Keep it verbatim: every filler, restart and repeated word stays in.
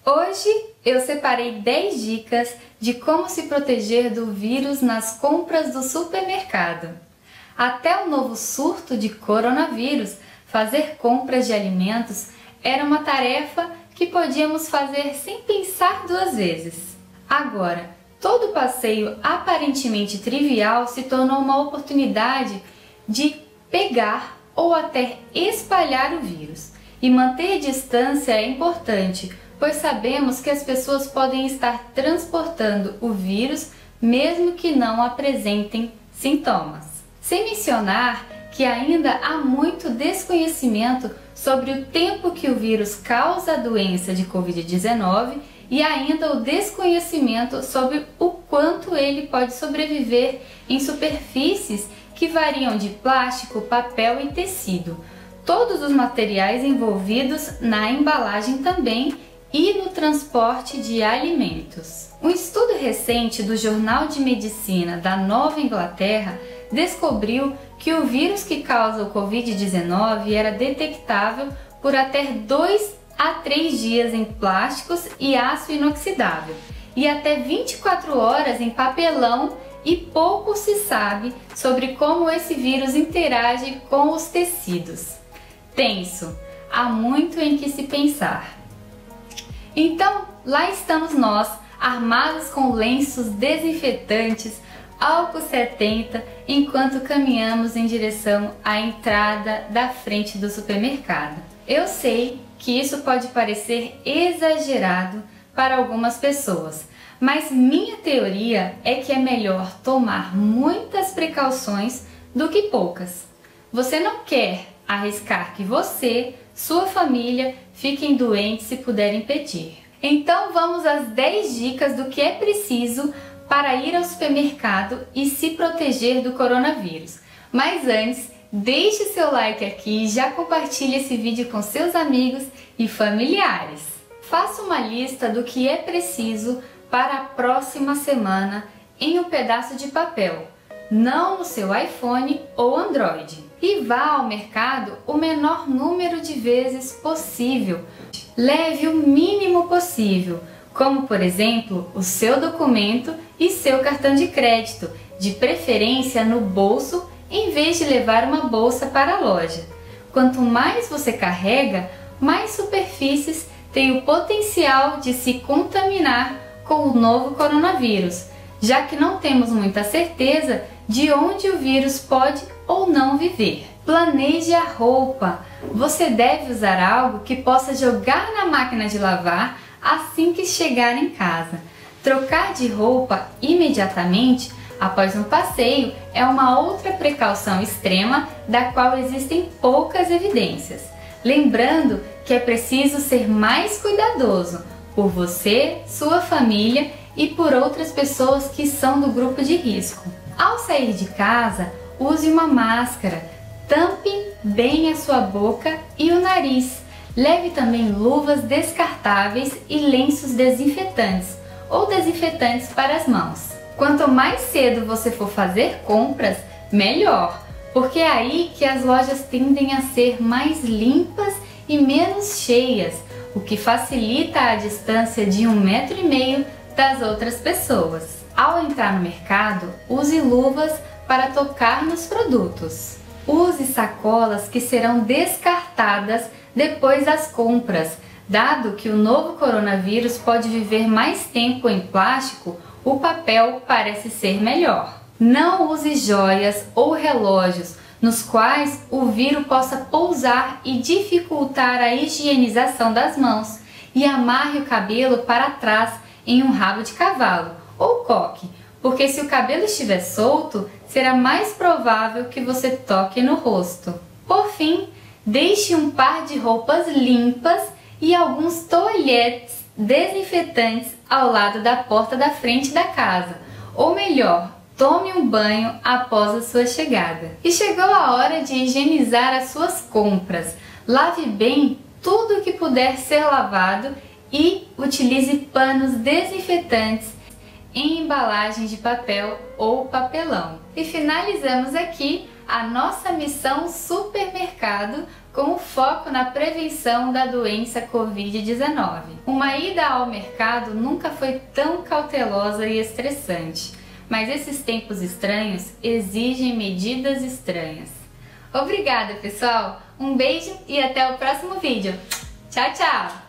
Hoje eu separei dez dicas de como se proteger do vírus nas compras do supermercado. Até o novo surto de coronavírus, fazer compras de alimentos era uma tarefa que podíamos fazer sem pensar duas vezes. Agora, todo passeio aparentemente trivial se tornou uma oportunidade de pegar ou até espalhar o vírus. E manter distância é importante, pois sabemos que as pessoas podem estar transportando o vírus mesmo que não apresentem sintomas. Sem mencionar que ainda há muito desconhecimento sobre o tempo que o vírus causa a doença de covid dezenove e ainda o desconhecimento sobre o quanto ele pode sobreviver em superfícies que variam de plástico, papel e tecido. Todos os materiais envolvidos na embalagem também e no transporte de alimentos. Um estudo recente do Jornal de Medicina da Nova Inglaterra descobriu que o vírus que causa o covid dezenove era detectável por até dois a três dias em plásticos e aço inoxidável e até vinte e quatro horas em papelão, e pouco se sabe sobre como esse vírus interage com os tecidos. Tenso, há muito em que se pensar. Então, lá estamos nós, armados com lenços desinfetantes, álcool setenta, enquanto caminhamos em direção à entrada da frente do supermercado. Eu sei que isso pode parecer exagerado para algumas pessoas, mas minha teoria é que é melhor tomar muitas precauções do que poucas. Você não quer arriscar que você, sua família, fiquem doentes se puder impedir. Então vamos às dez dicas do que é preciso para ir ao supermercado e se proteger do coronavírus. Mas antes, deixe seu like aqui e já compartilhe esse vídeo com seus amigos e familiares. Faça uma lista do que é preciso para a próxima semana em um pedaço de papel, não no seu iPhone ou Android. E vá ao mercado o menor número de vezes possível. Leve o mínimo possível, como por exemplo o seu documento e seu cartão de crédito, de preferência no bolso em vez de levar uma bolsa para a loja. Quanto mais você carrega, mais superfícies têm o potencial de se contaminar com o novo coronavírus, já que não temos muita certeza de onde o vírus pode ou não viver. Planeje a roupa. Você deve usar algo que possa jogar na máquina de lavar assim que chegar em casa. Trocar de roupa imediatamente após um passeio é uma outra precaução extrema da qual existem poucas evidências. Lembrando que é preciso ser mais cuidadoso por você, sua família e por outras pessoas que são do grupo de risco. Ao sair de casa, use uma máscara, tampe bem a sua boca e o nariz. Leve também luvas descartáveis e lenços desinfetantes ou desinfetantes para as mãos. Quanto mais cedo você for fazer compras, melhor, porque é aí que as lojas tendem a ser mais limpas e menos cheias, o que facilita a distância de um metro e meio das outras pessoas. Ao entrar no mercado, use luvas para tocar nos produtos. Use sacolas que serão descartadas depois das compras. Dado que o novo coronavírus pode viver mais tempo em plástico, o papel parece ser melhor. Não use joias ou relógios nos quais o vírus possa pousar e dificultar a higienização das mãos, e amarre o cabelo para trás em um rabo de cavalo ou coque, porque se o cabelo estiver solto, será mais provável que você toque no rosto. Por fim, deixe um par de roupas limpas e alguns toalhetes desinfetantes ao lado da porta da frente da casa, ou melhor, tome um banho após a sua chegada. E chegou a hora de higienizar as suas compras. Lave bem tudo que puder ser lavado e utilize panos desinfetantes em embalagens de papel ou papelão. E finalizamos aqui a nossa missão supermercado com foco na prevenção da doença covid dezenove. Uma ida ao mercado nunca foi tão cautelosa e estressante, mas esses tempos estranhos exigem medidas estranhas. Obrigada, pessoal! Um beijo e até o próximo vídeo. Tchau, tchau!